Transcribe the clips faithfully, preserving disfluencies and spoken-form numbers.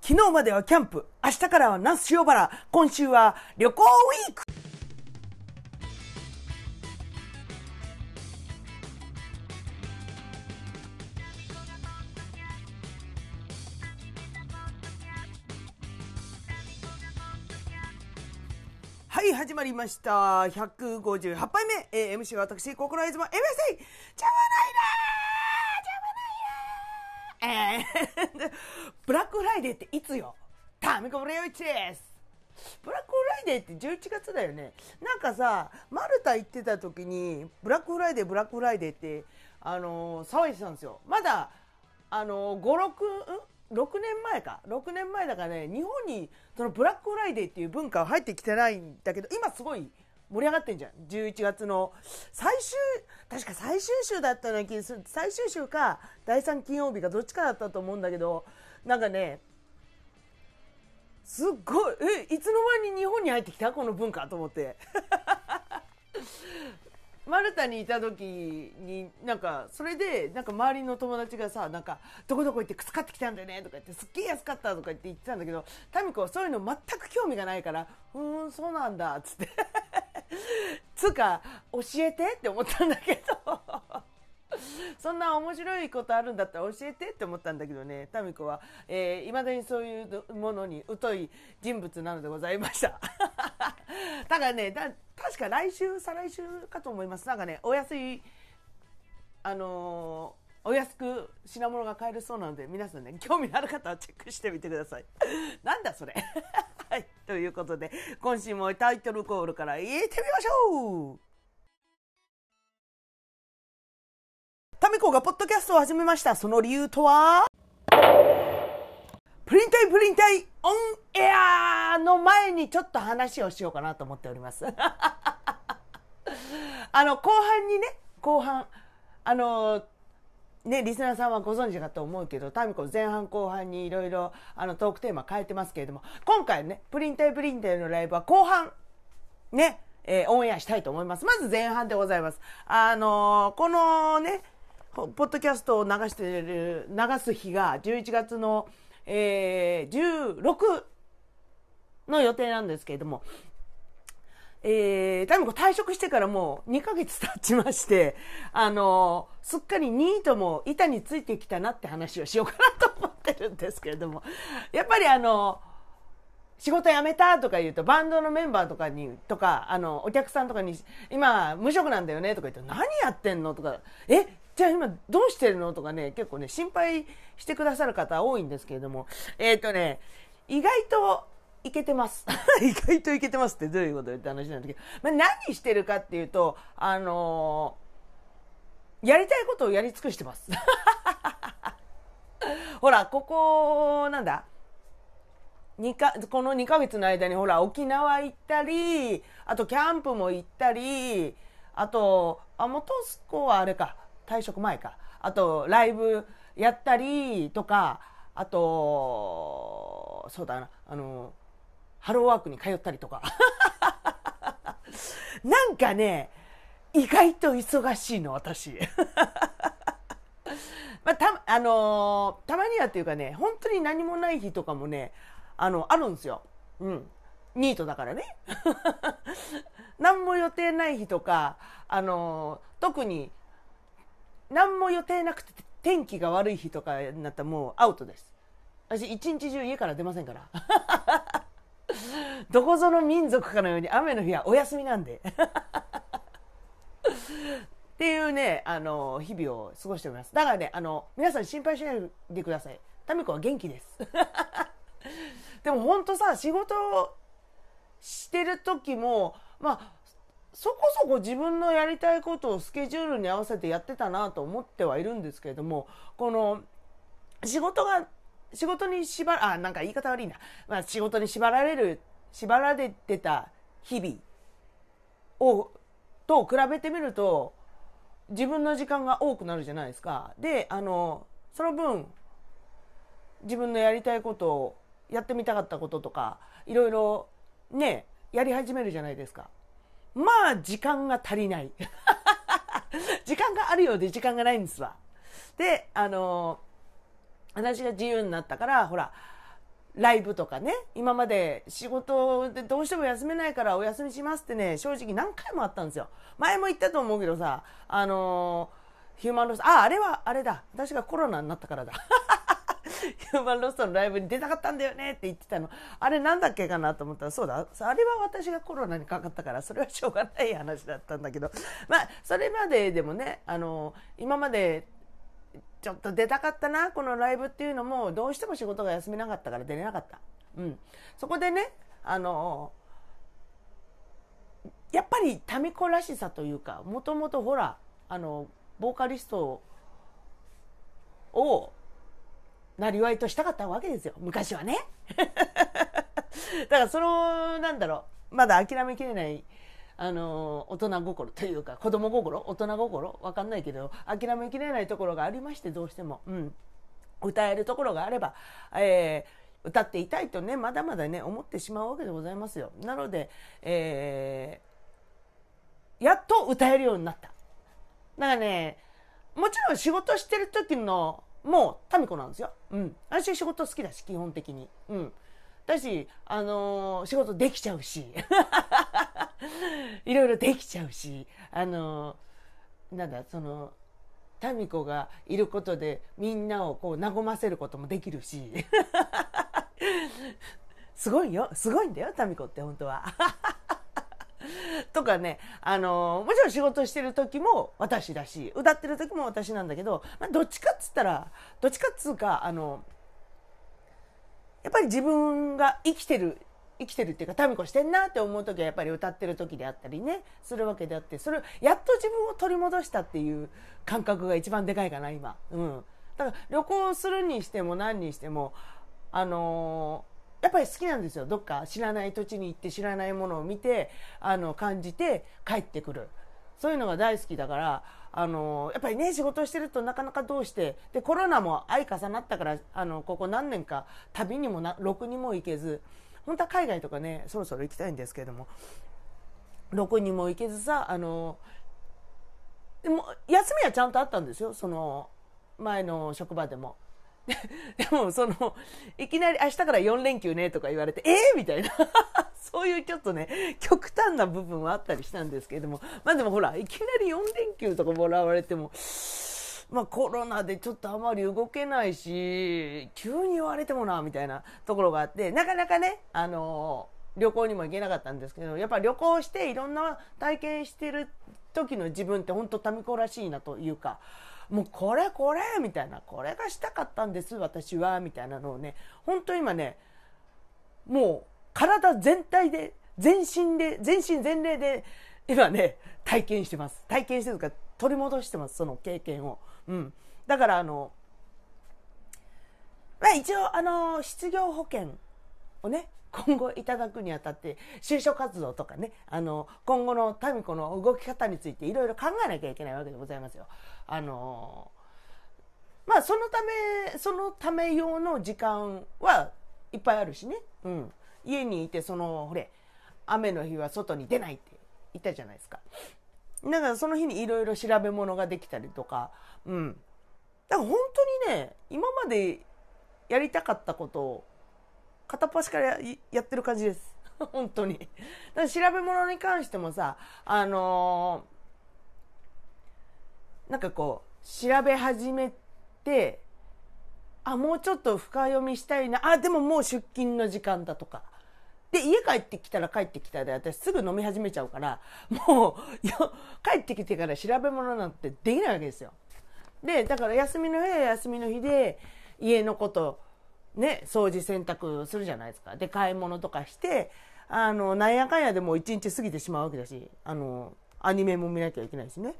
昨日まではキャンプ、明日からは那須塩原、今週は旅行ウィーク。はい、始まりました。ひゃくごじゅうはちはいめ、えー、エムシー は私、心得妻、エムエスアイ、邪魔ないなー邪魔ないなーえー、ブラックフライデーっていつよ？タミコブレオイチです。ブラックフライデーってじゅういちがつだよね。なんかさ、マルタ行ってた時に、ブラックフライデー、ブラックフライデーって、あのー、騒いでたんですよ。まだ、あのー、ご、ろく、んろくねんまえかろくねんまえだからね、日本にそのブラックフライデーっていう文化は入ってきてないんだけど、今すごい盛り上がってんじゃん。じゅういちがつの最終、確か最終週だったような気がする。最終週かだいさん金曜日かどっちかだったと思うんだけど、なんかね、すっごい、え、いつの間に日本に入ってきたこの文化と思ってマルタにいた時になんかそれでなんか周りの友達がさ、なんかどこどこ行って靴買ってきたんだよねとか言って、すっげえ安かったとか言って言ってたんだけど、タミコはそういうの全く興味がないから、うーんそうなんだっつってつうか教えてって思ったんだけどそんな面白いことあるんだったら教えてって思ったんだけどね、タミコは、えー、未だにそういうものに疎い人物なのでございましただからね、だ確か来週再来週かと思います。なんかね、お安いあのー、お安く品物が買えるそうなので、皆さんね、興味のある方はチェックしてみてくださいなんだそれはい、ということで今週もタイトルコールから言ってみましょう。タミコがポッドキャストを始めました。その理由とは、プリン体プリン体オンエアの前にちょっと話をしようかなと思っておりますあの後半にね、後半あのね、リスナーさんはご存知かと思うけど、タミコ前半後半にいろいろあのトークテーマ変えてますけれども、今回ねプリン体プリン体のライブは後半ね、えー、オンエアしたいと思います。まず前半でございます。あのこのねポッドキャストを流してる流す日がじゅういちがつの、えー、じゅうろくの予定なんですけれども、えー、タミコ退職してからもうにかげつ経ちまして、あのー、すっかりニートも板についてきたなって話をしようかなと思ってるんですけれども、やっぱりあの仕事辞めたとか言うと、バンドのメンバーとかにとかあのお客さんとかに、今無職なんだよねとか言って、何やってんのとか、えじゃあ今どうしてるのとかね、結構ね心配してくださる方多いんですけれども、えっとね意外といけてます意外といけてますってどういうことって話なんだけど、まあ、何してるかっていうと、あのー、やりたいことをやり尽くしてますほらここなんだにかこのにかげつの間にほら沖縄行ったり、あとキャンプも行ったり、あとあもうトスコはあれか退職前か、あとライブやったりとか、あとそうだな、あのハローワークに通ったりとかなんかね意外と忙しいの私まあ、た, あのー、たまにはっていうかね、本当に何もない日とかもね、あのあるんですよ。うん、ニートだからね何も予定ない日とか、あのー、特に何も予定なくて天気が悪い日とかになったらもうアウトです。私一日中家から出ませんからどこぞの民族かのように雨の日はお休みなんでっていうね、あの日々を過ごしております。だからね、あの皆さん心配しないでください。タミコは元気ですでも本当さ、仕事してる時もまあそこそこ自分のやりたいことをスケジュールに合わせてやってたなと思ってはいるんですけれども、この仕事が仕事に縛らあなんか言い方悪いな、まあ、仕事に縛られる縛られてた日々をと比べてみると自分の時間が多くなるじゃないですか。で、あのその分自分のやりたいことをやってみたかったこととかいろいろねやり始めるじゃないですか。まあ時間が足りない時間があるようで時間がないんですわ。で、あの私が自由になったから、ほらライブとかね、今まで仕事でどうしても休めないからお休みしますってね、正直何回もあったんですよ。前も言ったと思うけどさ、あのー、ヒューマンロスト、あ、あれはあれだ、私がコロナになったからだ。ヒューマンロストのライブに出たかったんだよねって言ってたの、あれなんだっけかなと思ったら、そうだ、あれは私がコロナにかかったから、それはしょうがない話だったんだけど、まあそれまででもね、あの今までちょっと出たかったなこのライブっていうのも、どうしても仕事が休めなかったから出れなかった。うん、そこでね、あのやっぱりタミコらしさというか、もともとほらあのボーカリストをなりわいとしたかったわけですよ、昔はね。だからそのなんだろう、まだ諦めきれないあの大人心というか、子供心、大人心わかんないけど、諦めきれないところがありまして、どうしても、うん、歌えるところがあれば、えー、歌っていたいとね、まだまだね思ってしまうわけでございますよ。なので、えー、やっと歌えるようになった。だからね、もちろん仕事してる時のもうタミコなんですよ。うん。私仕事好きだし、基本的に。うん。だし、あのー、仕事できちゃうし。いろいろできちゃうし。あのー、なんだ、その、タミコがいることでみんなをこう和ませることもできるし。すごいよ。すごいんだよ、タミコって本当は。とかね、あのー、もちろん仕事してる時も私だし、歌ってる時も私なんだけど、まあ、どっちかっつったら、どっちかっつうか、あの、やっぱり自分が生きてる、生きてるっていうか、タミコしてんなって思う時はやっぱり歌ってる時であったりね、するわけであって、それをやっと自分を取り戻したっていう感覚が一番でかいかな、今。うん。だから旅行するにしても何にしても、あのー、やっぱり好きなんですよ。どっか知らない土地に行って知らないものを見て、あの感じて帰ってくる。そういうのが大好きだから、あのやっぱりね、仕事してるとなかなかどうして、でコロナも相重なったから、あのここ何年か旅にもなろくにも行けず、本当は海外とかねそろそろ行きたいんですけれども、ろくにも行けずさ、あのでも休みはちゃんとあったんですよ、その前の職場でも。でもそのいきなり明日からよん連休ねとか言われて、えー、みたいなそういうちょっとね極端な部分はあったりしたんですけれども、まあでもほらいきなりよん連休とかもらわれても、まあコロナでちょっとあまり動けないし、急に言われてもなみたいなところがあって、なかなかね、あの旅行にも行けなかったんですけど、やっぱり旅行していろんな体験してる時の自分って本当タミコらしいなというか、もうこれこれみたいな、これがしたかったんです私はみたいなのをね、本当今ね、もう体全体で、全身で、全身全霊で今ね体験してます。体験してるから取り戻してます、その経験を。うん。だからあの、まあ一応あの失業保険をね今後いただくにあたって、就職活動とかね、あの今後のタミコの動き方についていろいろ考えなきゃいけないわけでございますよ。あのまあそのためそのため用の時間はいっぱいあるしね、うん、家にいて、そのほれ雨の日は外に出ないって言ったじゃないですか。だからその日にいろいろ調べ物ができたりとか、うん、だから本当にね、今までやりたかったことを片っ端からやってる感じです本当に。だから調べ物に関してもさ、あのー、なんかこう調べ始めて、あ、もうちょっと深読みしたいな、あ、でももう出勤の時間だとかで、家帰ってきたら帰ってきたで私すぐ飲み始めちゃうから、もうよ帰ってきてから調べ物なんてできないわけですよ。でだから休みの日は休みの日で家のことね、掃除洗濯するじゃないですか。で買い物とかして、あのなんやかんやでもう一日過ぎてしまうわけだし、あのアニメも見なきゃいけないしね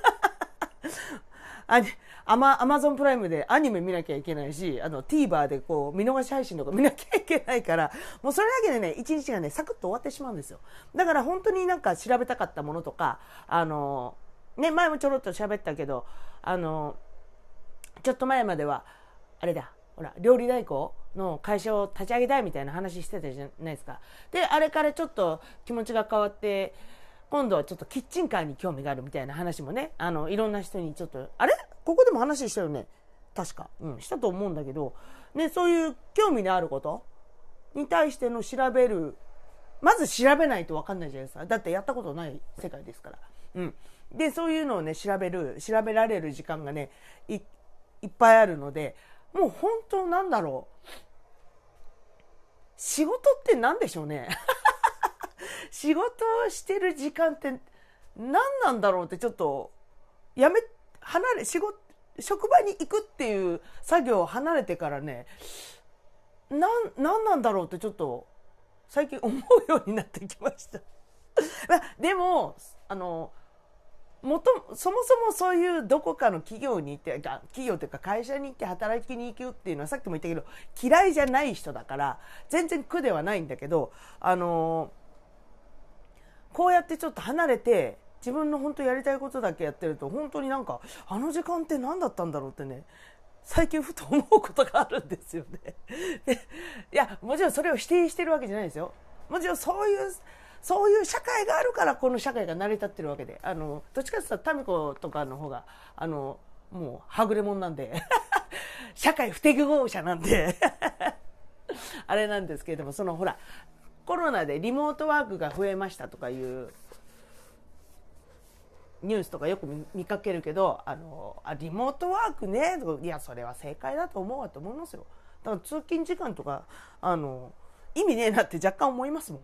アマ、アマゾンプライムでアニメ見なきゃいけないし、あの TVer でこう見逃し配信とか見なきゃいけないから、もうそれだけでね一日がねサクッと終わってしまうんですよ。だから本当になんか調べたかったものとか、あのね、前もちょろっと喋ったけど、あのちょっと前まではあれだ、ほら料理代行の会社を立ち上げたいみたいな話してたじゃないですか。であれからちょっと気持ちが変わって、今度はちょっとキッチンカーに興味があるみたいな話もね、あのいろんな人にちょっと、あれここでも話したよね確か、うん、したと思うんだけどね、そういう興味のあることに対しての調べる、まず調べないと分かんないじゃないですか。だってやったことない世界ですから。うん。で、そういうのをね、調べる、調べられる時間がね、い、いっぱいあるので、もう本当なんだろう。仕事って何でしょうね。仕事をしてる時間って何なんだろうってちょっと、やめ、離れ、仕事、職場に行くっていう作業を離れてからね、なん、なんなんだろうってちょっと、最近思うようになってきました。でも、あの、もと、そもそもそういうどこかの企業に行って、企業というか会社に行って働きに行くっていうのはさっきも言ったけど、嫌いじゃない人だから、全然苦ではないんだけど、あの、こうやってちょっと離れて、自分の本当やりたいことだけやってると、本当になんか、あの時間って何だったんだろうってね、最近ふと思うことがあるんですよね。いや、もちろんそれを否定してるわけじゃないですよ。もちろんそういう、そういう社会があるからこの社会が成り立ってるわけで、あの、どっちかって言ったらタミコとかの方が、あの、もうはぐれ者なんで、社会不適合者なんで、あれなんですけれども、そのほら、コロナでリモートワークが増えましたとかいうニュースとかよく 見, 見かけるけど、あのあリモートワークね、いやそれは正解だと思うわと思いますよ。だから通勤時間とかあの意味ねえなって若干思いますもん。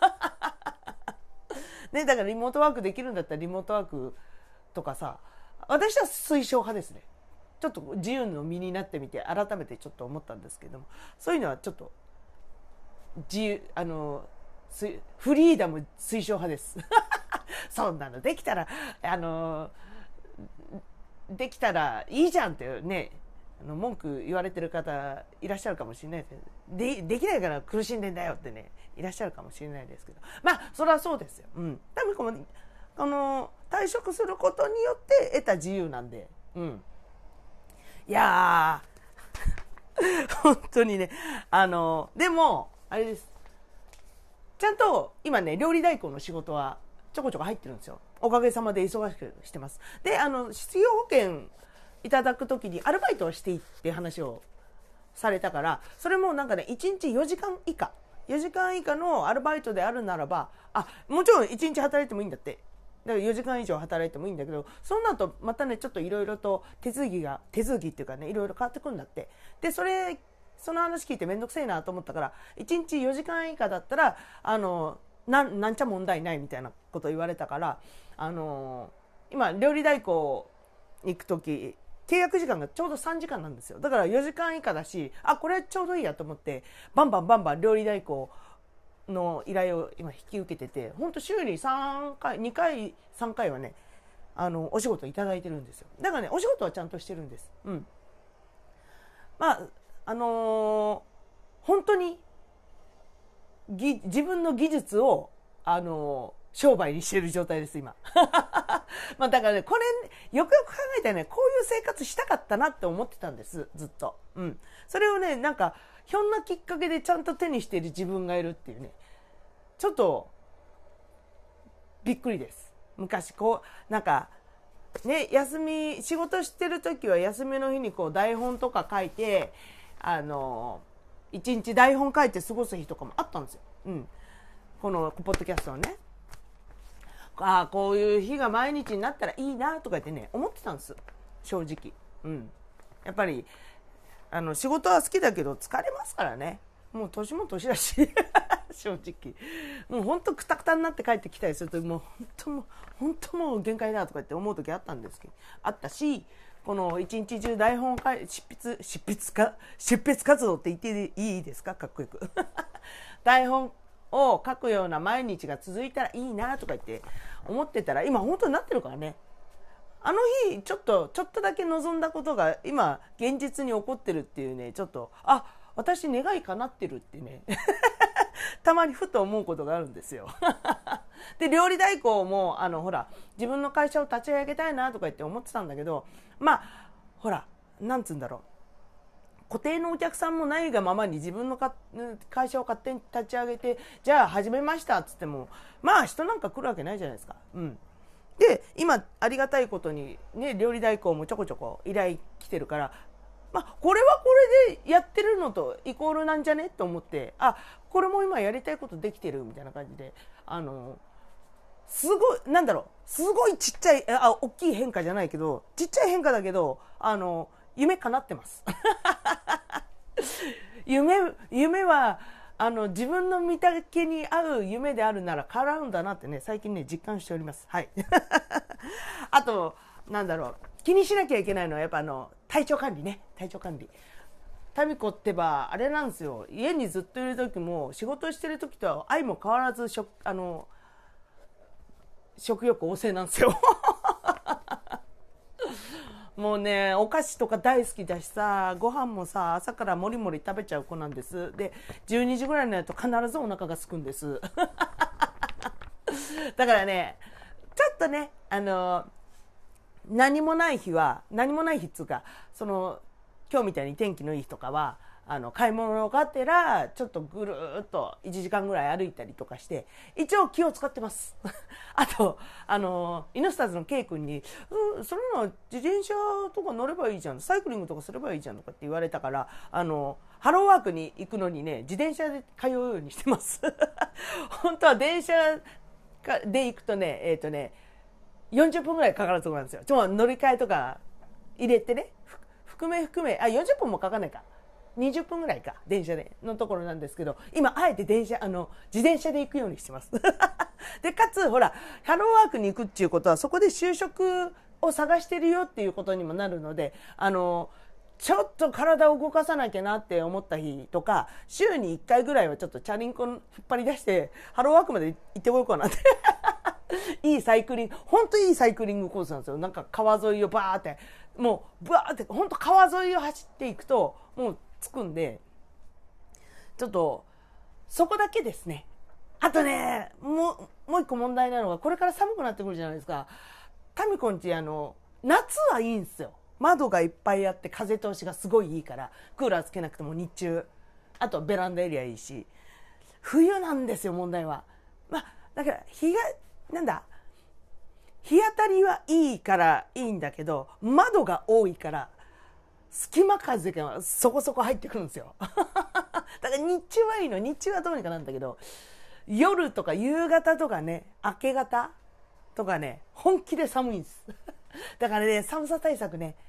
ね、だからリモートワークできるんだったらリモートワークとかさ、私は推奨派ですね。ちょっと自由の身になってみて改めてちょっと思ったんですけども、そういうのはちょっと自由、あのフリーダム推奨派です。そんなのできたらあのできたらいいじゃんってね、あの文句言われてる方いらっしゃるかもしれないですで、できないから苦しんでんだよってねいらっしゃるかもしれないですけど、まあそれはそうですよ。うん。多分このあの退職することによって得た自由なんで、うん。いやー本当にね、あのでもあれです。ちゃんと今ね料理代行の仕事はちょこちょこ入ってるんですよ。おかげさまで忙しくしてます。で、あの失業保険いただくときにアルバイトをしていいって話をされたから、それもなんかねいちにちよじかん以下よじかん以下のアルバイトであるならば、あ、もちろんいちにち働いてもいいんだって。だからよじかん以上働いてもいいんだけど、その後またねちょっといろいろと手続きが手続きっていうかねいろいろ変わってくるんだって。で、それその話聞いてめんどくせえなと思ったから、いちにちよじかん以下だったらあのな ん, なんちゃ問題ないみたいなこと言われたから、あのー、今料理代行行く時契約時間がちょうどさんじかんなんですよ。だからよじかん以下だし、あ、これちょうどいいやと思ってバンバンバンバン料理代行の依頼を今引き受けてて、ほんと週にさんかいにかいさんかいはねあのお仕事いただいてるんですよ。だからねお仕事はちゃんとしてるんです。うん。まああのー、本当に自分の技術を、あのー、商売にしている状態です今。まあだからね、これよくよく考えたらね、こういう生活したかったなって思ってたんです、ずっと。うん。それをね、なんかひょんなきっかけでちゃんと手にしている自分がいるっていうね、ちょっとびっくりです。昔こうなんかね、休み仕事してる時は休みの日にこう台本とか書いて、あのー。一日台本書いて過ごす日とかもあったんですよ。うん。このポッドキャストはね。ああ、こういう日が毎日になったらいいなとか言ってね、思ってたんです。正直。うん。やっぱり、あの、仕事は好きだけど疲れますからね。もう年も年だし、正直。もう本当くたくたになって帰ってきたりすると、もう本当もう、本当もう限界だとか言って思う時あったんですけど、あったし、この一日中台本を書い執筆執筆か執筆活動って言っていいですか、かっこよく台本を書くような毎日が続いたらいいなとか言って思ってたら、今本当になってるからね。あの日ちょっとちょっとだけ望んだことが今現実に起こってるっていうね、ちょっとあ、私願い叶ってるってねたまにふと思うことがあるんですよで料理代行もあのほら自分の会社を立ち上げたいなとか言って思ってたんだけど、まあほらなんつうんだろう、固定のお客さんもないがままに自分のか会社を勝手に立ち上げて、じゃあ始めましたっつってもまあ人なんか来るわけないじゃないですか。うん。で今ありがたいことにね料理代行もちょこちょこ依頼来てるから、 まあ、これはこれでやってるのとイコールなんじゃねと思って、あ、これも今やりたいことできてるみたいな感じで、あの、すごい、なんだろう、すごいちっちゃい、あ、大きい変化じゃないけど、ちっちゃい変化だけど、あの、夢叶ってます。夢、夢は、あの、自分の見たけに合う夢であるなら叶うんだなってね、最近ね、実感しております。はい。あと、なんだろう、気にしなきゃいけないのは、やっぱあの、体調管理ね、体調管理。タミコってば、あれなんですよ、家にずっといる時も、仕事してる時とは相も変わらず、食、あの、食欲旺盛なんですよ。もうね、お菓子とか大好きだしさ、ご飯もさ、朝からもりもり食べちゃう子なんです。で、じゅうにじぐらいになると必ずお腹が空くんです。だからね、ちょっとね、あの、何もない日は、何もない日っつうか、その、今日みたいに天気のいい日とかは、あの、買い物がてら、ちょっとぐるーっといちじかんぐらい歩いたりとかして、一応気を使ってます。あと、あの、イノスターズの K 君に、うん、それの自転車とか乗ればいいじゃん、サイクリングとかすればいいじゃんとかって言われたから、あの、ハローワークに行くのにね、自転車で通うようにしてます。本当は電車で行くとね、えっとね、よんじゅっぷんぐらいかかるところなんですよ。ちょっと乗り換えとか入れてね、含め含め、あ、よんじゅっぷんもかかんないか。にじゅっぷんぐらいか、電車でのところなんですけど、今あえて電車、あの、自転車で行くようにしてます。で、かつ、ほら、ハローワークに行くっていうことは、そこで就職を探してるよっていうことにもなるので、あの、ちょっと体を動かさなきゃなって思った日とか、週にいっかいぐらいはちょっとチャリンコ引っ張り出して、ハローワークまで行ってこようかなって。いいサイクリング、本当にいいサイクリングコースなんですよ。なんか川沿いをバーって、もうバーって、本当川沿いを走っていくと、もう着くんで、ちょっと、そこだけですね。あとね、もう、もう一個問題なのが、これから寒くなってくるじゃないですか。タミコんち、あの、夏はいいんですよ。窓がいっぱいあって風通しがすごいいいから、クーラーつけなくても日中、あとベランダエリアいいし、冬なんですよ、問題は。まあ、だから日が、なんだ、日当たりはいいからいいんだけど、窓が多いから、隙間風がそこそこ入ってくるんですよ。だから日中はいいの。日中はどうにかなんだけど、夜とか夕方とかね、明け方とかね、本気で寒いんです。だからね、寒さ対策ね、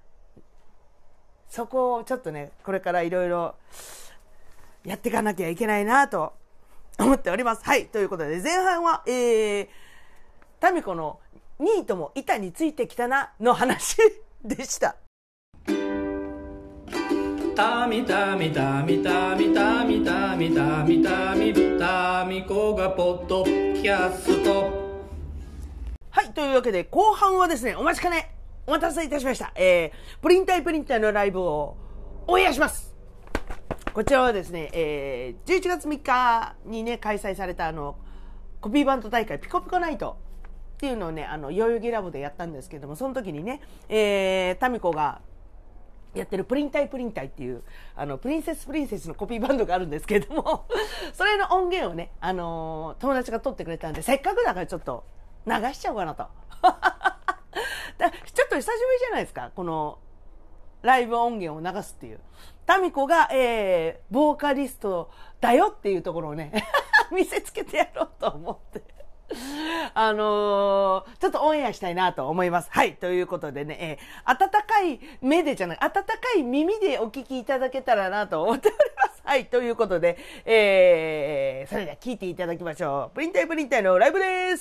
そこをちょっとね、これからいろいろやっていかなきゃいけないなと思っております。はい。ということで、前半は、えー、タミコのニートも板についてきたなの話でした。 タミタミタミタミタミタミタミタミタミコがポッドキャスト。 はい。というわけで、後半はですね、お待ちかね、お待たせいたしました。えー、プリンタイプリンターのライブをオンエアします。こちらはですね、えー、じゅういちがつみっかにね、開催されたあの、コピーバンド大会ピコピコナイトっていうのをね、あの、代々木ラボでやったんですけども、その時にね、えー、タミコがやってるプリンタイプリンタイっていう、あの、プリンセスプリンセスのコピーバンドがあるんですけれども、それの音源をね、あのー、友達が撮ってくれたんで、せっかくだからちょっと流しちゃおうかなと。だちょっと久しぶりじゃないですか、この、ライブ音源を流すっていう。タミコが、えー、ボーカリストだよっていうところをね、見せつけてやろうと思って。あのー、ちょっとオンエアしたいなと思います。はい。ということでね、えー、温かい目でじゃない、温かい耳でお聞きいただけたらなと思っております。はい。ということで、えー、それでは聞いていただきましょう。プリンタイプリンタイのライブです。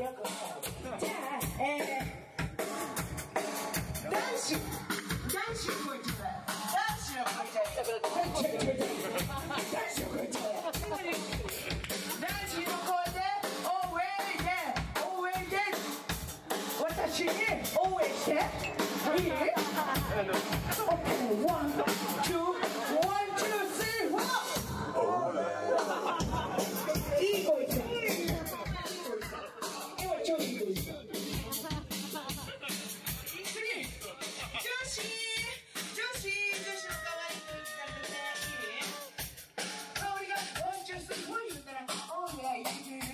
よくわかる。じゃあ、えー、男子男子を超えちゃう。男子を超えちゃう。男子を超えちゃう。男子を超えて応援で応援で私に応援していい？ OK、ワン、ツー、ワン、ツー、スリー、フォー。いい声してる。今超いい声してる。次、女子、女子、女子の可愛い声してあげていい？香りがワン、ツー、スリー、フォー言ったら、オーイェイ、いける？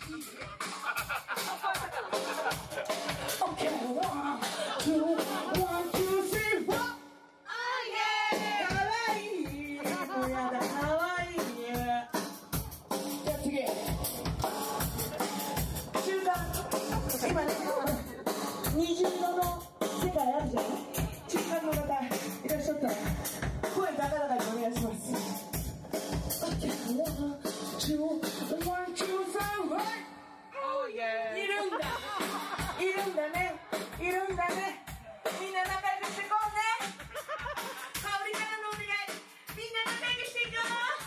オッケー、ワン、ツー、ワン、ツー、スリー、フォー。可愛い。やだ、可愛い。じゃあ次。中間。今ね、虹色の世界あるじゃない？中間の方いらっしゃったら声高々にお願いします。オッケー、ワン、ツー、ワン、ツー、サン、ファイ。いるんだ。いるんだね。いるんだね。みんな仲良くしていこうね。香りからのお願い。みんな仲良くしていこ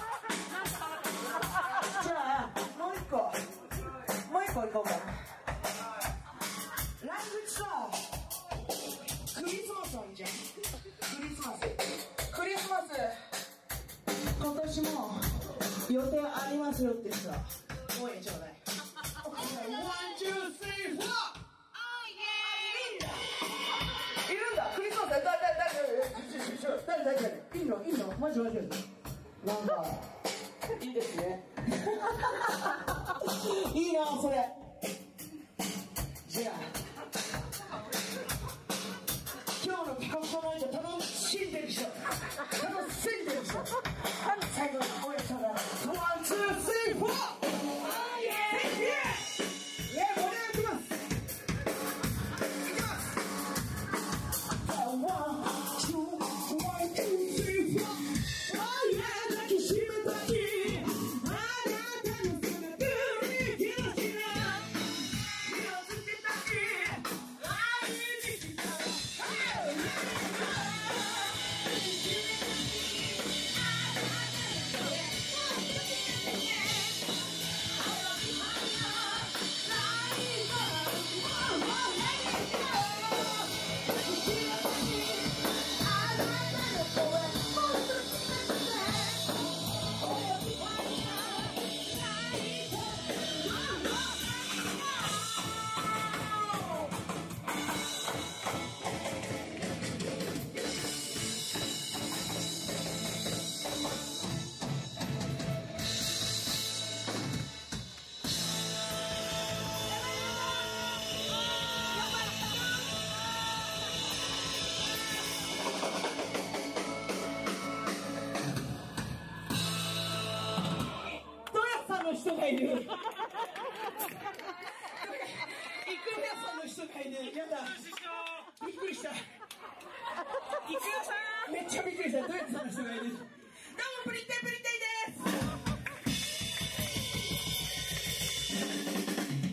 う。じゃあもう一個もう一個いこうかな。ラングチソークリスマスあるじゃん。クリスマスクリスマス今年も予定ありますよって人は応援ちょうだい。ワン、ツー、スリー、フォー。いるんだ。クリスマスだ。誰誰誰誰誰誰いいのいいのマジマジマジ。なんかいいですね。いいなそれ。じゃあ今日のピコピコナイト楽しんでる人楽しんでる人最後に応援したらワン、ツー、スリー、フォー。人がいる。いくらさんの人がいる。やだ。びっくりした。いくらさん。めっちゃびっくりした。どうやってさんの人がいる。どうもプリンテイプリンテイです。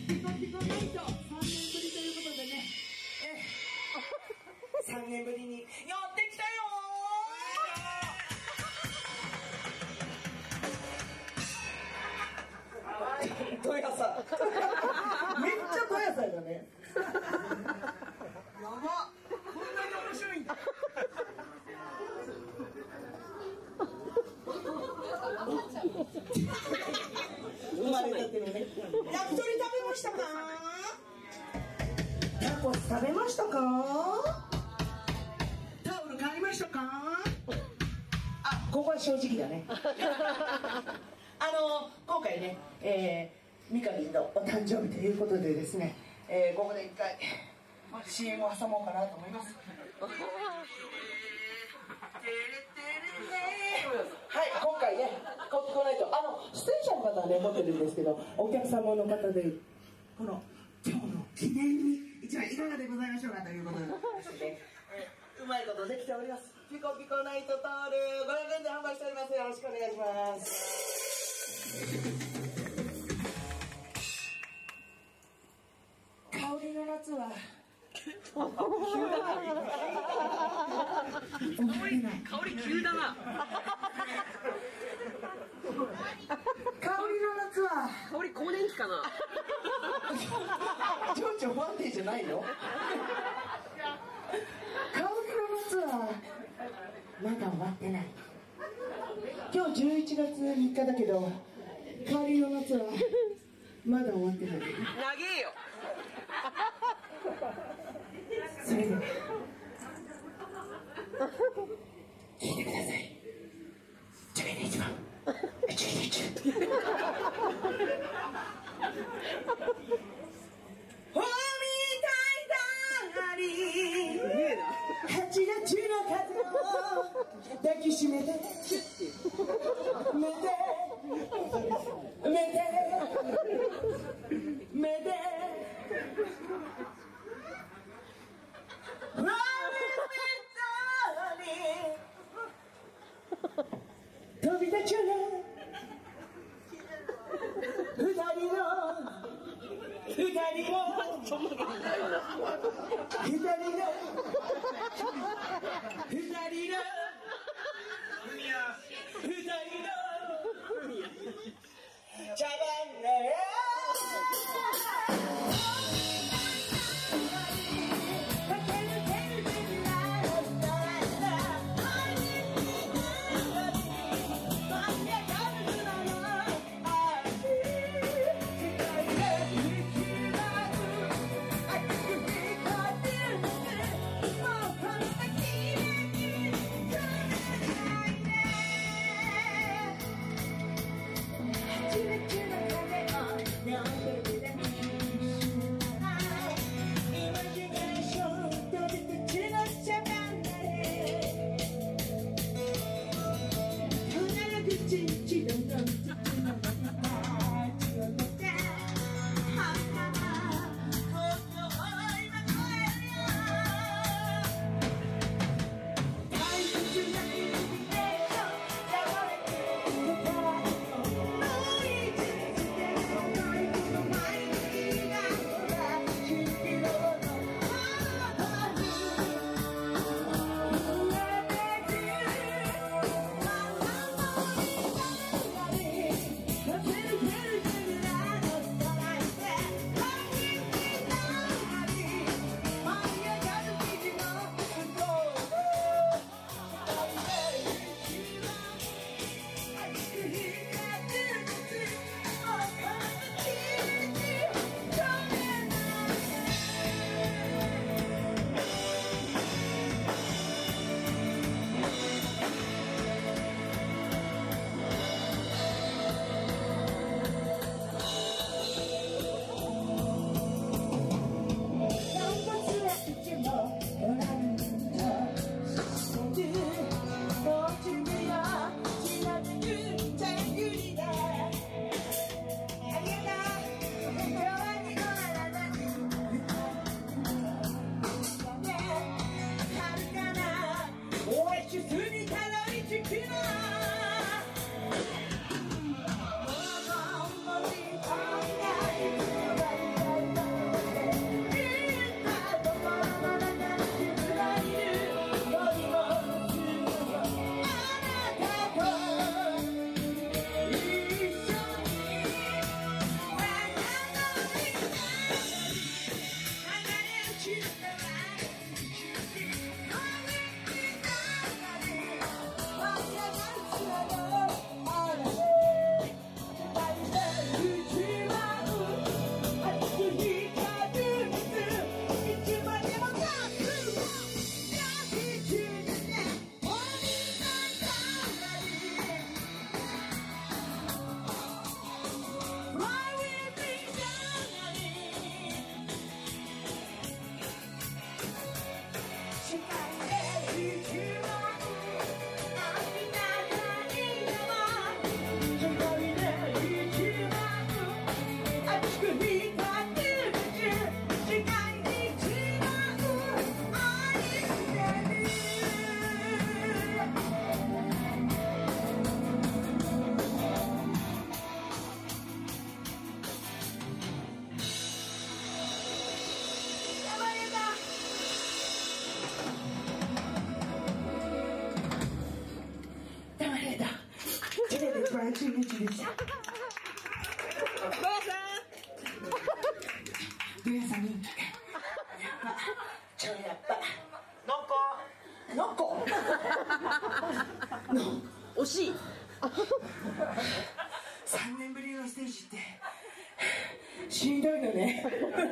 ピコピコナイトさんねんぶりということでね。え、さんねんぶりにやってきたよー。ドヤさんめっちゃドヤさんだね。やば、こんなに面白いんだ。生まれたてのね。焼き鳥食べましたか？タコス食べましたか？タオル買いましたか？あ、ここは正直だね。あの今回ね、えー、ミカリンのお誕生日ということでですね、えー、ここで一回 シーエム を挟もうかなと思います。はい、今回ね、コップコナイト、あの出演者の方はね持ってるんですけど、お客様の方でこの今日の記念に一枚いかがでございましょうかということですね。うまいことできております。ピコピコナイトタオルごひゃくえんで販売しております。よろしくお願いします。 夏は香り急だな。 香りの夏は香り更年期かな。 情緒不安定じゃないの？香りの夏はまだ終わってない。今日じゅういちがつみっかだけど、香りの夏はまだ終わってない。 長えよ。 それでは聞いてください。じゅういちばんじゅういちおみたいだりはちがつの風を抱きしめてめでめでめで飛び立ちゅう二人の二人の二人の二人の二人の茶番ねさ人気ちょやっぱのこのこ惜しい。 さんねんぶりのステージってしんどいのね。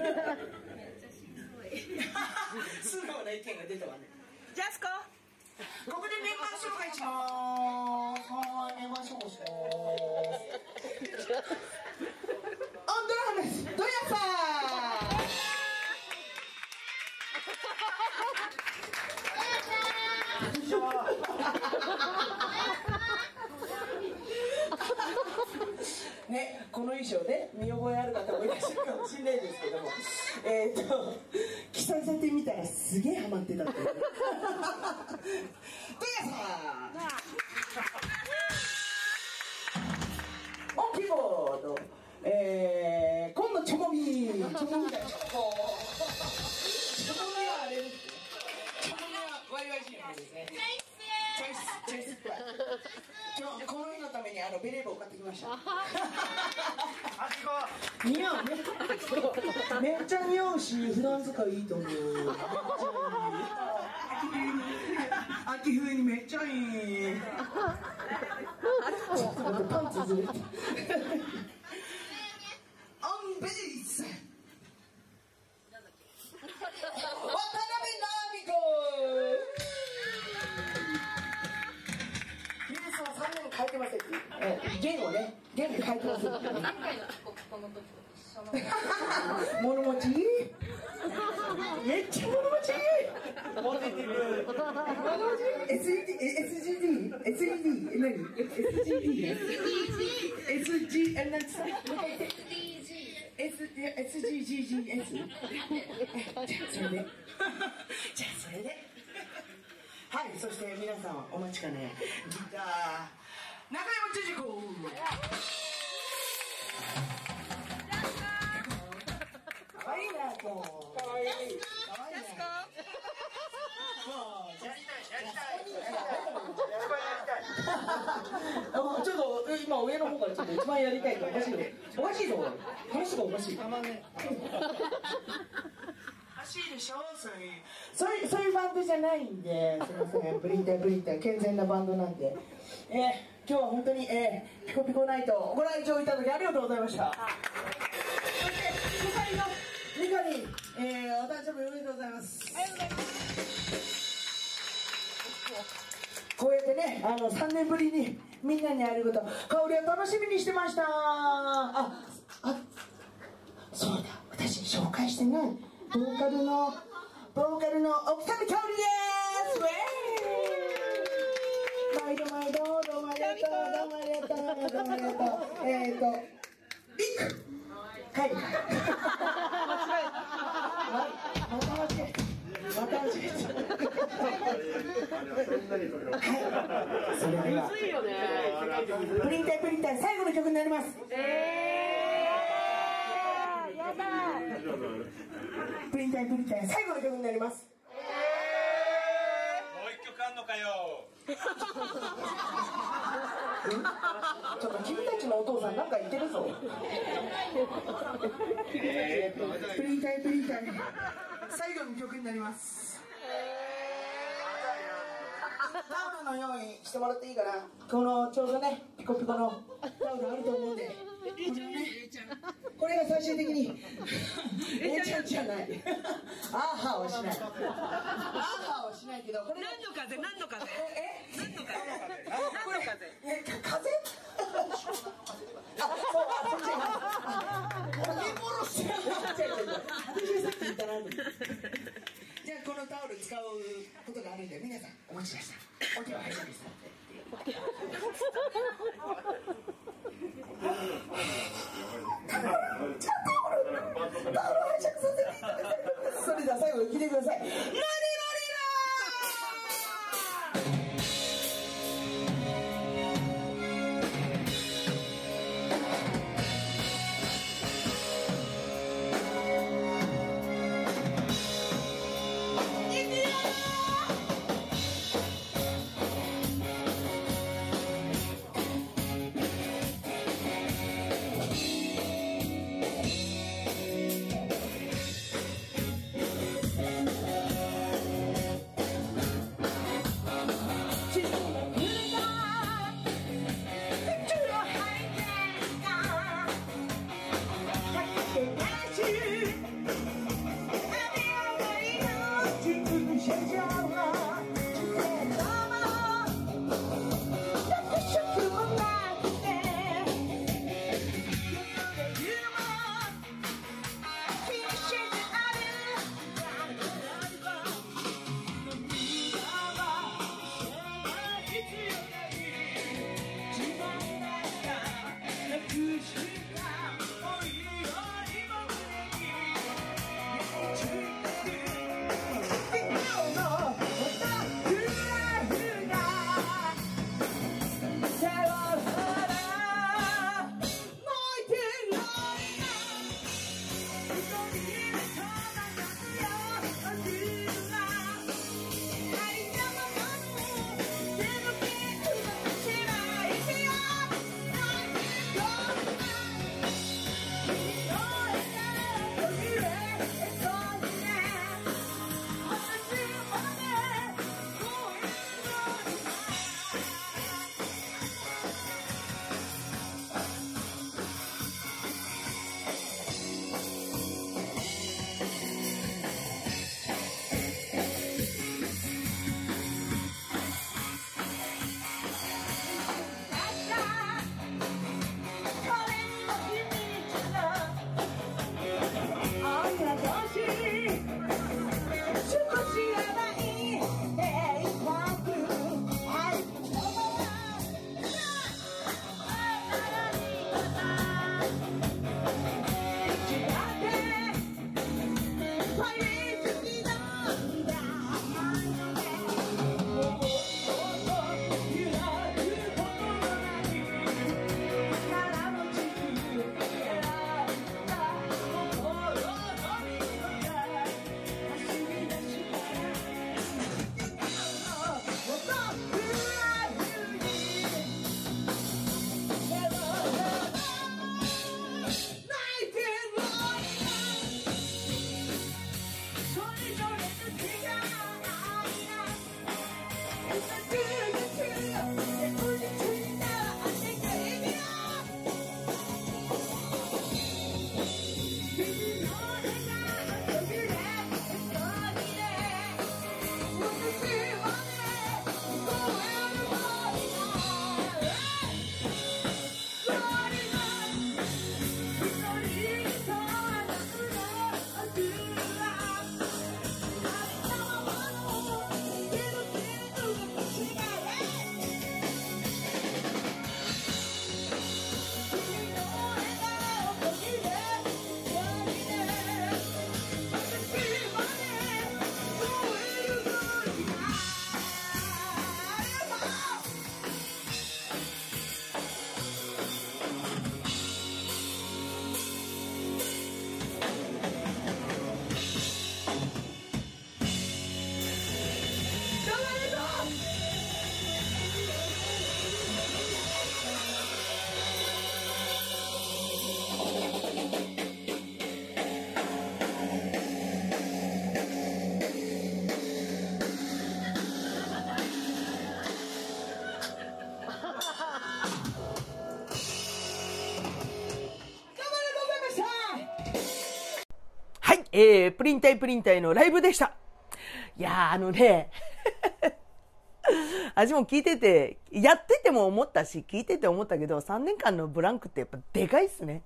素直な意見が出たわね。 ジャスコ。 ここでメンバー紹介しまーす。はい、メンバー紹介しまーす。オンドラムです。ドヤさん。こんにちは。ね、この衣装ね、見覚えある方もいらっしゃるかもしれないですけども、えー、っと着させてみたらすげえハマってたっていう。ドヤさん。おキーボード、えー、今度チョモミー、チョモミだよ。チョモミはあれですね。チョモミはワイワイシーの方ですね。チョイス、チョイスプライ。今日この日のためにあのベレー帽を買ってきました。似合うね。めっちゃ似合うし、普段使いいいと思う。秋冬にめっちゃいい。ちょっと待って、パンツずれて。オンベース。渡辺直美子。イギリスはさんねん変えてません。弦をね、弦で変えてます。前回のこの時と一緒の。物持ちいい。めっちゃ物持ちいい。ポジティブ。エスジーディー、エスジーディー、エスジーディー、何？エスジーディー、エスジー、え、何つった？エス、エスジージージーエス。じゃあそれで。じゃあそれで。はい、そして皆さんお待ちかね、ギター中山千鶴子。かわいいな、今日。かわいい。かわいいな。もうやりたい、やりたい。ちょっと今上の方からちょっと一番やりたいっておかしいね。おかしいぞ。話がおかしい。たまね。おかしいでしょ、そういうそういうそういうバンドじゃないんで、すみません、ブリンタイブリンタイ健全なバンドなんで、えー、今日は本当に、えー、ピコピコナイトご来場いただきありがとうございました。そして主催のミカに、えー、お誕生日おめでとうございます。ありがとうございます。こうやってね、あのさんねんぶりにみんなに会えること、香りを楽しみにしてました。あ、あ、そうだ、私紹介してない。ボーカルのボーカルの奥上香織です。毎度毎度どうもありがとう、どうもありがとう、どうもありがとう。えっとリック、はい。また間違えた、また間違えた。はい。それではプリンタイプリンタイ最後の曲になります。プリンタイプリンタイ最後の曲になります。 もう一曲あんのかよ。 ちょっと君たちのお父さんなんか言ってるぞ。プリンタイプリンタイ最後の曲になります。タオルの用意してもらっていいかな。このちょうどねピコピコのタオルあると思うんで、これが最終的にえちゃんじゃない。アーハーはしない。アーハーはしないけど、これ何の風、何の風。 え何の風。何の風。 え風？あ、そう、あ、そっち。あ、ゲボロしてる。私さっき言ったな。じゃあこのタオル使うことがあるんで皆さんお持ちでした。お手は拝借です。それでは最後に聞いてください。 えー、プリン体プリン体のライブでした。いやー、あのね、私も聞いてて、やってても思ったし、聞いてて思ったけど、さんねんかんのブランクってやっぱでかいっすね。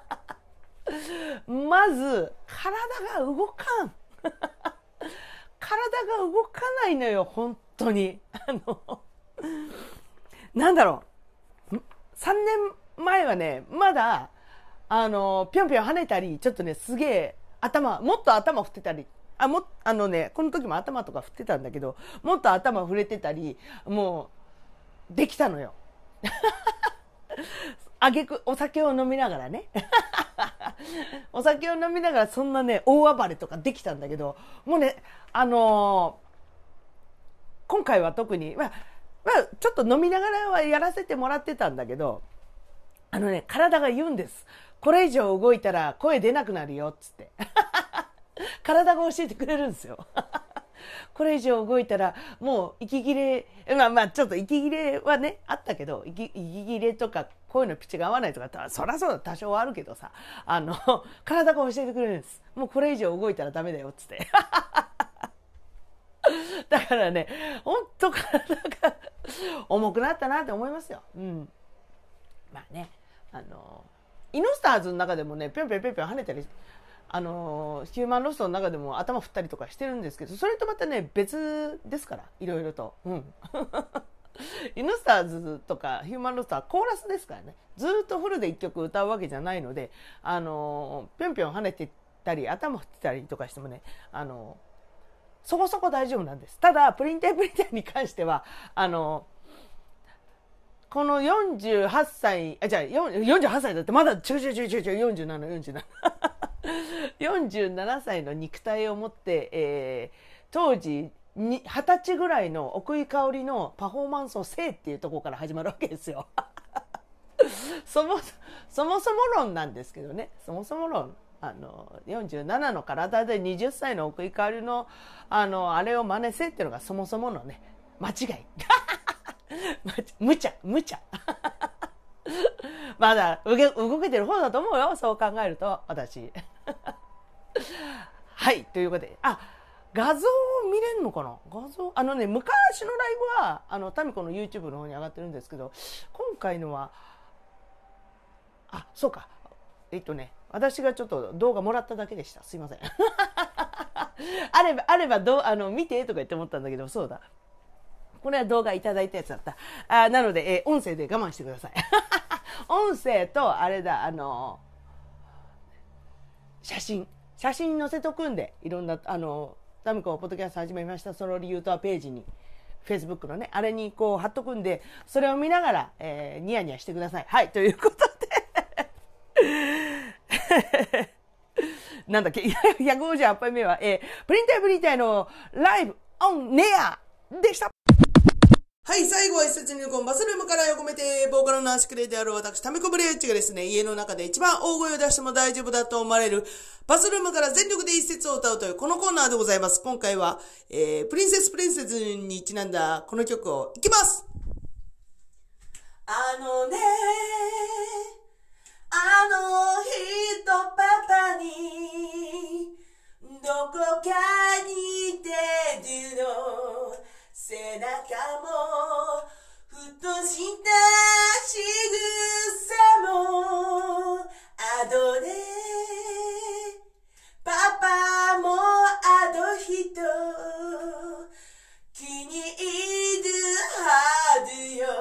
まず、体が動かん。体が動かないのよ、本当に。あの、なんだろう。さんねんまえはね、まだ、あの、ぴょんぴょん跳ねたり、ちょっとね、すげえ、頭、もっと頭振ってたり、あ、も、あのね、この時も頭とか振ってたんだけど、もっと頭振れてたり、もう、できたのよ。あげく、お酒を飲みながらね。お酒を飲みながらそんなね、大暴れとかできたんだけど、もうね、あのー、今回は特に、まあ、まあ、ちょっと飲みながらはやらせてもらってたんだけど、あのね、体が言うんです。これ以上動いたら声出なくなるよ、つって。体が教えてくれるんですよ。これ以上動いたらもう息切れ、まあまあちょっと息切れはねあったけど、息息切れとか声のピッチが合わないとかそりゃそうだ、多少はあるけどさ、あの体が教えてくれるんです。もうこれ以上動いたらダメだよっつって。だからね、ほんと体が重くなったなって思いますよ。うん。まあね、あのイノスターズの中でもね、ぴょんぴょんぴょんぴょん跳ねたり、あのヒューマンロストの中でも頭振ったりとかしてるんですけど、それとまたね別ですから、いろいろと、うん、イノスターズとかヒューマンロストはコーラスですからね、ずっとフルでいっきょく歌うわけじゃないので、あのぴょんぴょん跳ねてたり頭振ってたりとかしてもね、あのそこそこ大丈夫なんです。ただプリンテープリンテーに関してはあのこのよんじゅうはっさい、あ、じゃあよんじゅうはっさいだってまだちょいちょいちょいちょいちょいよんじゅうなな、よんじゅうなな よんじゅうななさいの肉体を持って、えー、当時にはたちぐらいの奥井香織のパフォーマンスをせいっていうところから始まるわけですよ。そもそもそも論なんですけどね、そもそも論、あのよんじゅうななの体ではたちの奥井香織のあのあれを真似せっていうのがそもそものね間違い。無茶無茶。まだ動けてる方だと思うよ、そう考えると私。はい、ということで、あ、画像見れるのかな、画像、あのね、昔のライブはあのタミコの YouTube の方に上がってるんですけど、今回のはあ、そうか、えっとね、私がちょっと動画もらっただけでした。すいません。あればあればどうあの見てとか言って思ったんだけど、そうだ、これは動画いただいたやつだった。あ、なので、えー、音声で我慢してください。音声とあれだ、あの写真写真載せとくんで、いろんなあのタミコポッドキャスト始めましたその理由とはページに、フェイスブックのねあれにこう貼っとくんで、それを見ながら、えー、ニヤニヤしてください。はい、ということでなんだっけ、ひゃくごじゅうはちはいめは、えー、プリンタープリンターのライブオンネアでした。はい、最後は一節入魂バスルームから横めて、ボーカルの足くれである私、タミコブレッジがですね、家の中で一番大声を出しても大丈夫だと思われる、バスルームから全力で一節を歌うというこのコーナーでございます。今回は、えー、プリンセスプリンセスにちなんだこの曲をいきます。あのね、あの人パパに、どこかに出るの、背中もふとした仕草もアドで、パパもアド人気に入るはずよ、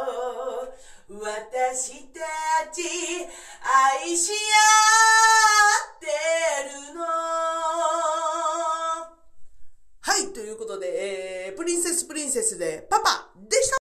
私たち愛し合ってるの。はい、ということで、えー、プリンセスプリンセスでパパでした。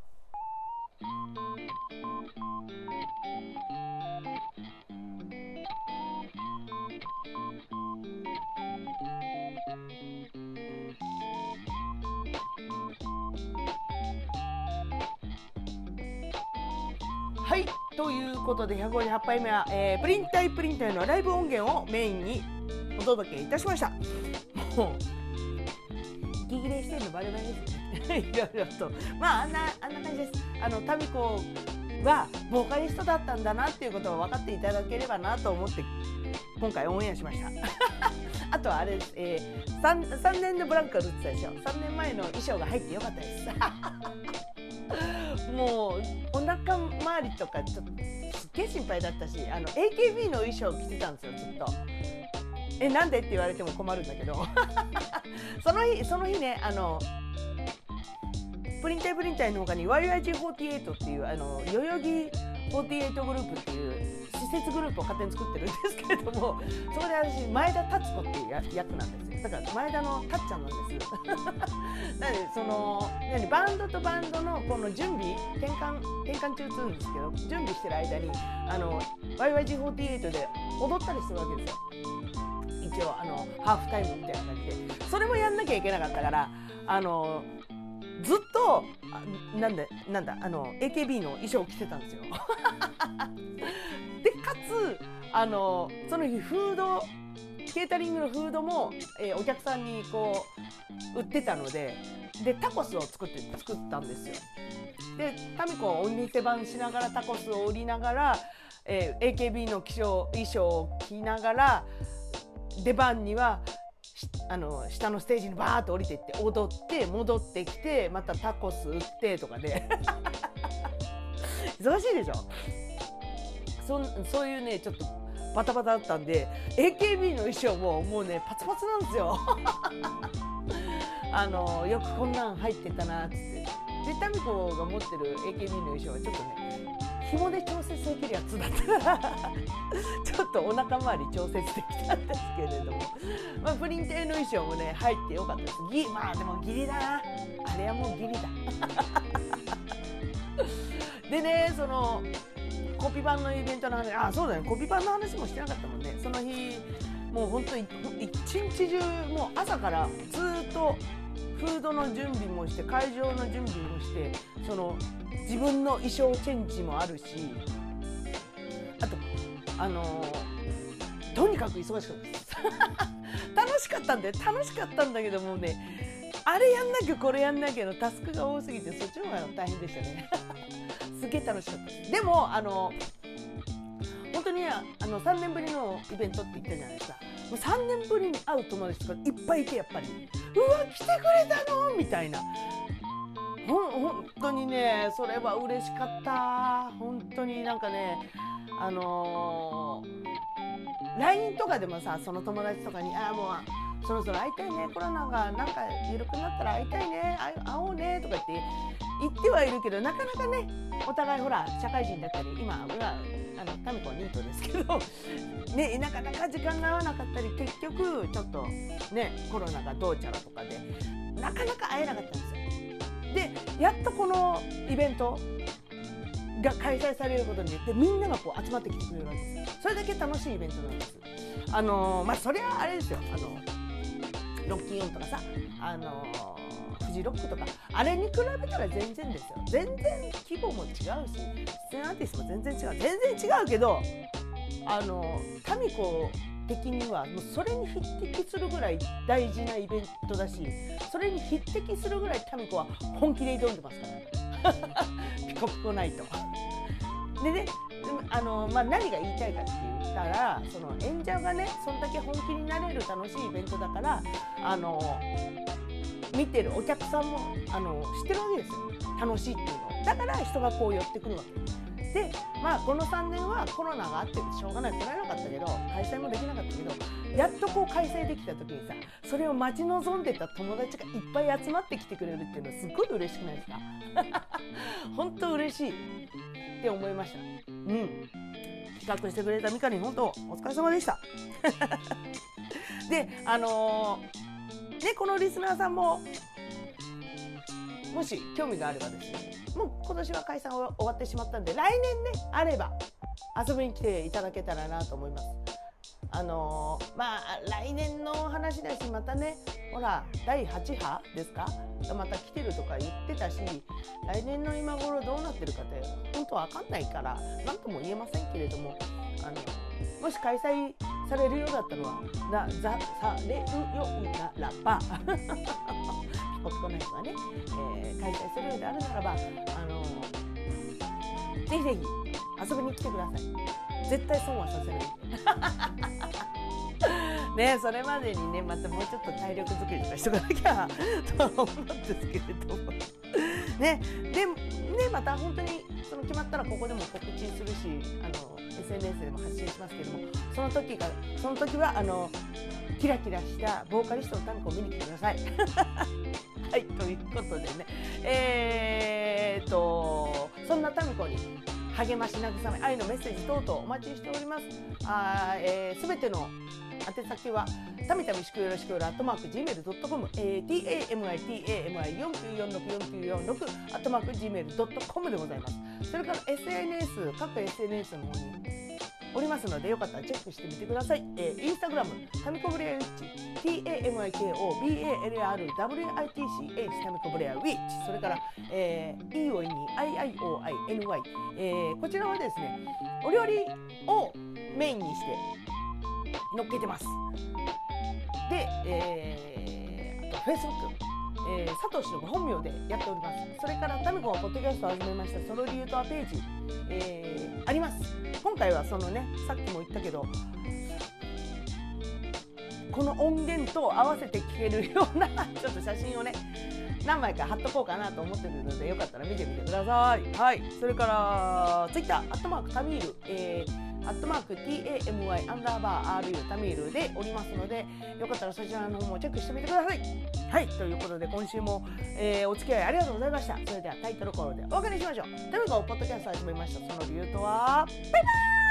はい、ということでひゃくごじゅうはちはいめは、えー、プリンタイプリンタイのライブ音源をメインにお届けいたしました。もう息切れしてるのバレバレですね。いろいろと、まああんなあんな感じです。あのタミコはボーカリストだったんだなっていうことを分かっていただければなと思って今回オンエアしました。 あとはあれです、えー、3, さんねんのブランクが映ってたでしょ。さんねんまえの衣装が入ってよかったですもうお腹周りとかちょっとすっげえ心配だったし、あの エーケービー の衣装着てたんですよずっと。えなんでって言われても困るんだけどその日その日ね、あのプリンタイプリンタイの他に ワイワイジーフォーティーエイト っていうあの代々木フォーティーエイトグループっていう施設グループを勝手に作ってるんですけれども、そこで私前田達子っていう役なんですよ。だから前田のたっちゃんなんですなのでそのバンドとバンドのこの準備転換転換中っつうんですけど、準備してる間にあの ワイワイジーフォーティーエイト で踊ったりするわけですよ。一応あのハーフタイムみたいな感じでそれもやんなきゃいけなかったから、あのずっとなんでなんだあの エーケービー の衣装を着てたんですよでかつあのその日フードケータリングのフードも、えー、お客さんにこう売ってたので、でタコスを作って作ったんですよ。でタミコをお店番しながらタコスを売りながら、えー、エーケービー の衣装衣装を着ながら出番にはあの下のステージにバーッと降りていって踊って戻ってきてまたタコス売ってとかで忙しいでしょ。 そ, そういうねちょっとバタバタだったんで エーケービー の衣装ももうねパツパツなんですよあのよくこんなん入ってたなっつって。でタミコが持ってる エーケービー の衣装はちょっとね紐で調節できるやつだったからちょっとお腹周り調節できたんですけれども、まあ、プリンテの衣装もね入ってよかったです。ギまあでもギリだな、あれはもうギリだでね、そのコピパンのイベントの話、あそうだね、コピパンの話もしてなかったもんね。その日もう本当に一日中もう朝からずっとフードの準備もして会場の準備もして、その自分の衣装チェンジもあるし、あとあのー、とにかく忙しかったです楽しかったんで楽しかったんだけどもね、あれやんなきゃこれやんなきゃのタスクが多すぎてそっちの方が大変でしたねすげえ楽しかったです。でもあの本当にあのさんねんぶりのイベントって言ったじゃないですか。もうさんねんぶりに会う友達とかいっぱいいて、やっぱりうわ来てくれたのみたいな、ほん本当にねそれは嬉しかった。本当になんかねあのー、ライン とかでもさ、その友達とかにあもうそろそろ会いたいね、コロナがなんか緩くなったら会いたいね、会おうねとか言って言ってはいるけど、なかなかねお互いほら社会人だったり、今はあのタミコはニートですけどね、なかなか時間が合わなかったり、結局ちょっとねコロナがどうちゃらとかでなかなか会えなかったんですよ。でやっとこのイベントが開催されることによってみんながこう集まってきてくれるわけです。それだけ楽しいイベントなんです。あのー、まあそれはあれですよ、あのロッキンオンとかさ、あのー、フジロックとかあれに比べたら全然ですよ。全然規模も違うし、出演アーティストも全然違う全然違うけど、あのー、タミコ的にはもうそれに匹敵するぐらい大事なイベントだし、それに匹敵するぐらいタミコは本気で挑んでますからピコピコないとでね、あの、まあ、何が言いたいかって言ったら、その演者がねそんだけ本気になれる楽しいイベントだから、あの見てるお客さんもあの知ってるわけですよ、楽しいっていうのだから人がこう寄ってくるわけで、まあこのさんねんはコロナがあってしょうがない、来られなかったけど開催もできなかったけど、やっとこう開催できた時にさ、それを待ち望んでた友達がいっぱい集まってきてくれるっていうのはすごい嬉しくないですか本当嬉しいって思いました。うん、企画してくれたミカに本当お疲れ様でしたであのー、ねこのリスナーさんももし興味があればですね、もう今年は解散終わってしまったんで、来年ねあれば遊びに来ていただけたらなと思います。あのー、まあ来年の話だし、またねほらだいはち波ですか、また来てるとか言ってたし、来年の今頃どうなってるかって本当わかんないから何とも言えませんけれども、あのもし開催されるようだったのはなざされるようならばピコピコのやつがね、えー、開催するようであるならば、あのー、ぜひぜひ遊びに来てください。絶対損はさせないんでね、それまでにねまたもうちょっと体力作りとかしとかなきゃとは思うんですけれどもね、でねまた本当にその決まったらここでも告知するし、あの エスエヌエス でも発信しますけれども、その時がその時はあのキラキラしたボーカリストのタミコを見に来てくださいはい、ということでね、えー、っとそんなタミコに励まし慰め愛のメッセージ等々お待ちしております。あ、えー、全ての宛先はたみたみしくよろしくよろアットマーク ジーメールドットコム タミよんきゅうよんろくよんきゅうよんろく アットマーク ジーメールドットコム でございます。それから エスエヌエス 各 エスエヌエス の方におりますのでよかったらチェックしてみてください。えー、インスタグラムタミコブレアウィッチ タミコブレアウィッチタミコブレアウィッチ、それから、えー、イーオイに アイアイオーアイエヌワイ、えー、こちらはですねお料理をメインにして乗っけてます。で、えー、あと Facebook、えー、サトシの本名でやっております。それからタミコがポッドキャストを始めましたその理由とはページ、えー、あります。今回はそのねさっきも言ったけどこの音源と合わせて聴けるようなちょっと写真をね何枚か貼っとこうかなと思ってるのでよかったら見てみてください。はい、それからツイッターアットマークタミール、えー、アットマーク ティーエーエムワイ アンダーバー アールユー タミールでおりますのでよかったらそちらの方もチェックしてみてください。はい、ということで今週も、えー、お付き合いありがとうございました。それではタイトルコールでお別れしましょう。タミコポッドキャスト始めましたその理由とはバイバーイ。